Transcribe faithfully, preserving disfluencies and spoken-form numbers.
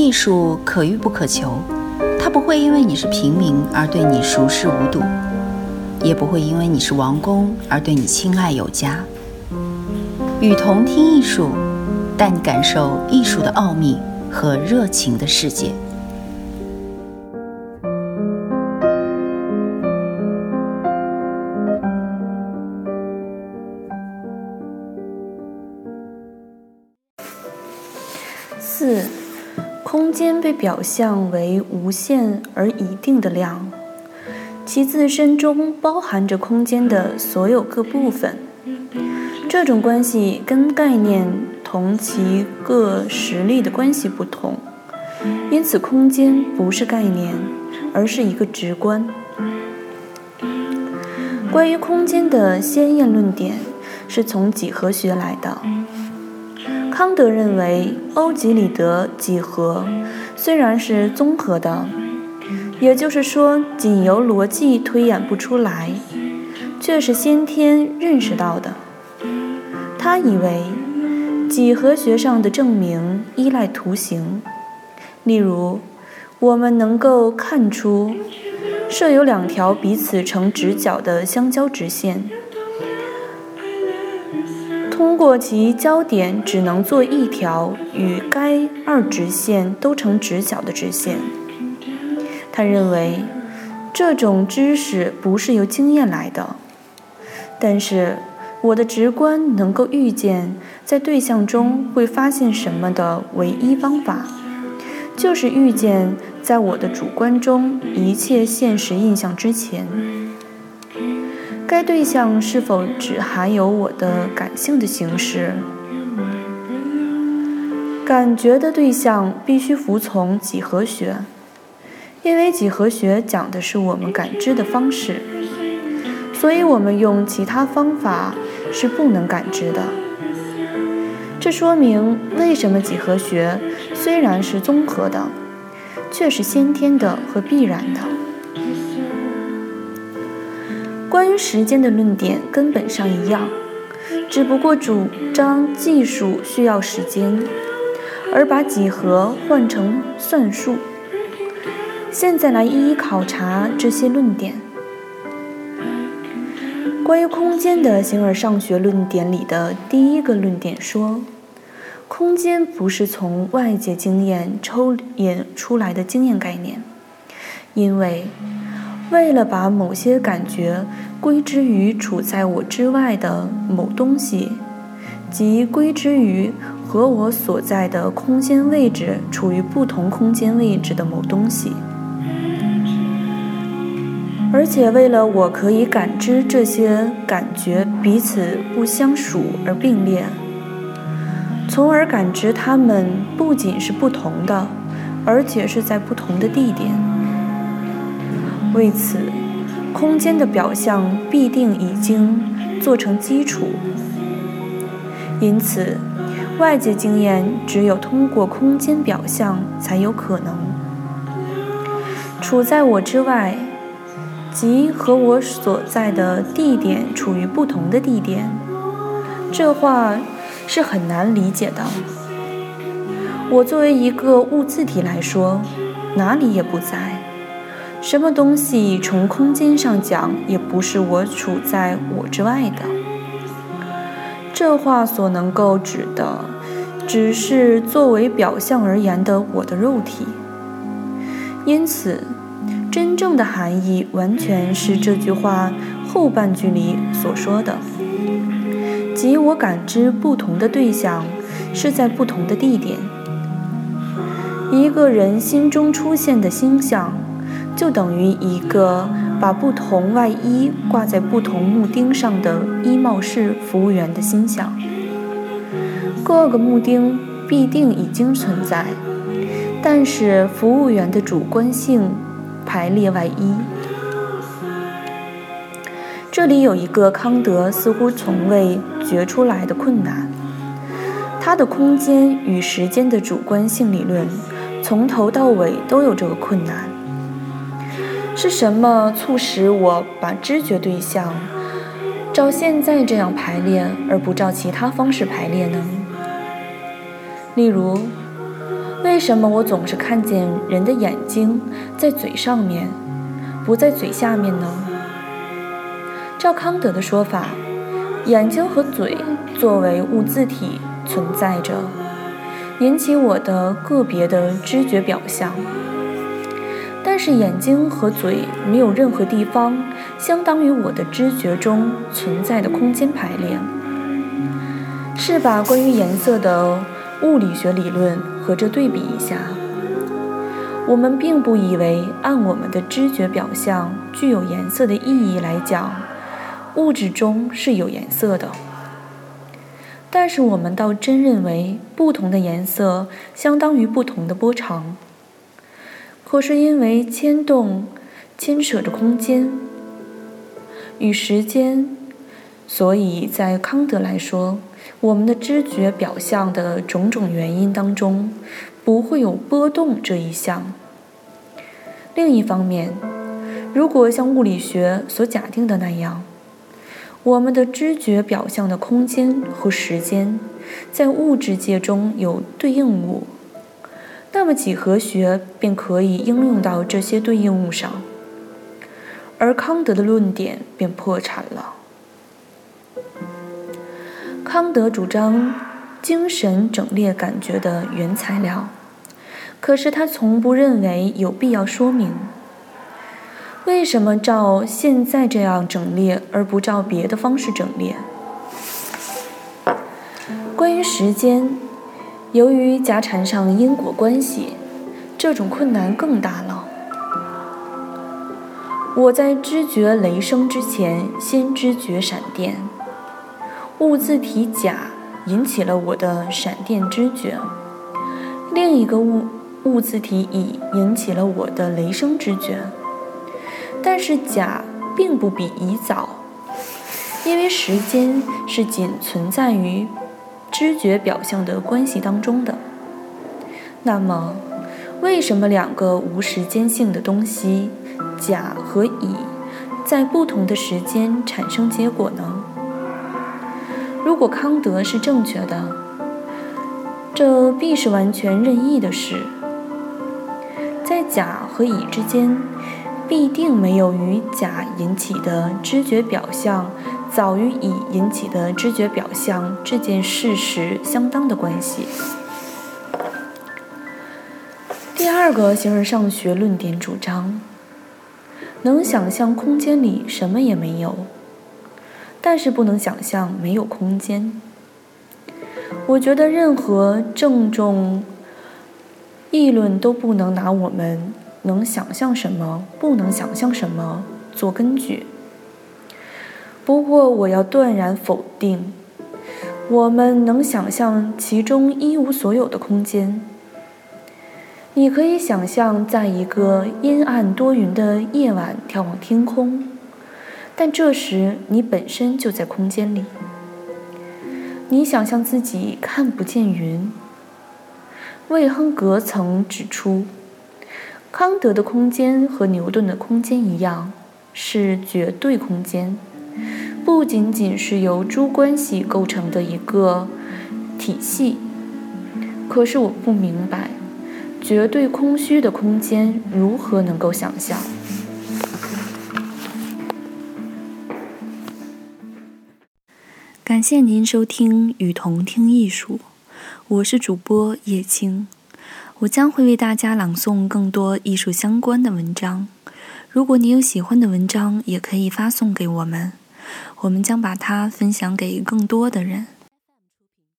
艺术可遇不可求，它不会因为你是平民而对你熟视无睹，也不会因为你是王公而对你青睐有加。与同听艺术，带你感受艺术的奥秘和热情的世界。 四，空间被表象为无限而一定的量，其自身中包含着空间的所有各部分。这种关系跟概念同其各实例的关系不同，因此空间不是概念，而是一个直观。关于空间的先验论点是从几何学来的。康德认为欧几里得几何虽然是综合的，也就是说仅由逻辑推演不出来，却是先天认识到的。他以为几何学上的证明依赖图形，例如我们能够看出设有两条彼此成直角的相交直线，通过其交点只能做一条与该二直线都成直角的直线。他认为这种知识不是由经验来的，但是我的直观能够预见在对象中会发现什么的唯一方法，就是预见在我的主观中一切现实印象之前，该对象是否只含有我的感性的形式。感觉的对象必须服从几何学，因为几何学讲的是我们感知的方式，所以我们用其他方法是不能感知的。这说明为什么几何学虽然是综合的，却是先天的和必然的。关于时间的论点根本上一样，只不过主张技术需要时间，而把几何换成算术。现在来一一考察这些论点。关于空间的形而上学论点里的第一个论点说，空间不是从外界经验抽演出来的经验概念，因为为了把某些感觉归之于处在我之外的某东西，即归之于和我所在的空间位置处于不同空间位置的某东西，而且为了我可以感知这些感觉彼此不相属而并列，从而感知它们不仅是不同的，而且是在不同的地点。为此，空间的表象必定已经做成基础，因此外界经验只有通过空间表象才有可能。处在我之外，即和我所在的地点处于不同的地点，这话是很难理解的。我作为一个物自体来说，哪里也不在，什么东西从空间上讲也不是我处在我之外的。这话所能够指的只是作为表象而言的我的肉体，因此真正的含义完全是这句话后半句里所说的，即我感知不同的对象是在不同的地点。一个人心中出现的星象，就等于一个把不同外衣挂在不同木钉上的衣帽式服务员的星象。各个木钉必定已经存在，但是服务员的主观性排列外衣。这里有一个康德似乎从未觉出来的困难，他的空间与时间的主观性理论从头到尾都有这个困难。是什么促使我把知觉对象照现在这样排列，而不照其他方式排列呢？例如， 为什么我总是看见人的眼睛在嘴上面，不在嘴下面呢？照康德的说法，眼睛和嘴作为物自体存在着，引起我的个别的知觉表象。但是眼睛和嘴没有任何地方相当于我的知觉中存在的空间排列。试把关于颜色的物理学理论和这对比一下，我们并不以为按我们的知觉表象具有颜色的意义来讲，物质中是有颜色的。但是我们倒真认为不同的颜色相当于不同的波长。可是因为牵动牵扯着空间与时间，所以在康德来说，我们的知觉表象的种种原因当中不会有波动这一项。另一方面，如果像物理学所假定的那样，我们的知觉表象的空间和时间在物质界中有对应物，那么几何学便可以应用到这些对应物上，而康德的论点便破产了。康德主张精神整列感觉的原材料，可是他从不认为有必要说明为什么照现在这样整列而不照别的方式整列。关于时间，由于假缠上因果关系，这种困难更大了。我在知觉雷声之前先知觉闪电，物自体甲引起了我的闪电知觉，另一个物物自体乙引起了我的雷声知觉。但是甲并不比乙早，因为时间是仅存在于知觉表象的关系当中的。那么为什么两个无时间性的东西甲和乙在不同的时间产生结果呢？如果康德是正确的，这必是完全任意的事。在甲和乙之间必定没有与甲引起的知觉表象早于乙引起的知觉表象这件事实相当的关系。第二个形而上学论点主张，能想象空间里什么也没有，但是不能想象没有空间。我觉得任何郑重议论都不能拿我们能想象什么不能想象什么做根据。不过我要断然否定我们能想象其中一无所有的空间。你可以想象在一个阴暗多云的夜晚眺望天空，但这时你本身就在空间里。你想象自己看不见云。魏亨格曾指出，康德的空间和牛顿的空间一样，是绝对空间，不仅仅是由诸关系构成的一个体系。可是我不明白，绝对空虚的空间如何能够想象？ 感谢您收听《与同听艺术》，我是主播叶青，我将会为大家朗诵更多艺术相关的文章。如果你有喜欢的文章，也可以发送给我们，我们将把它分享给更多的人。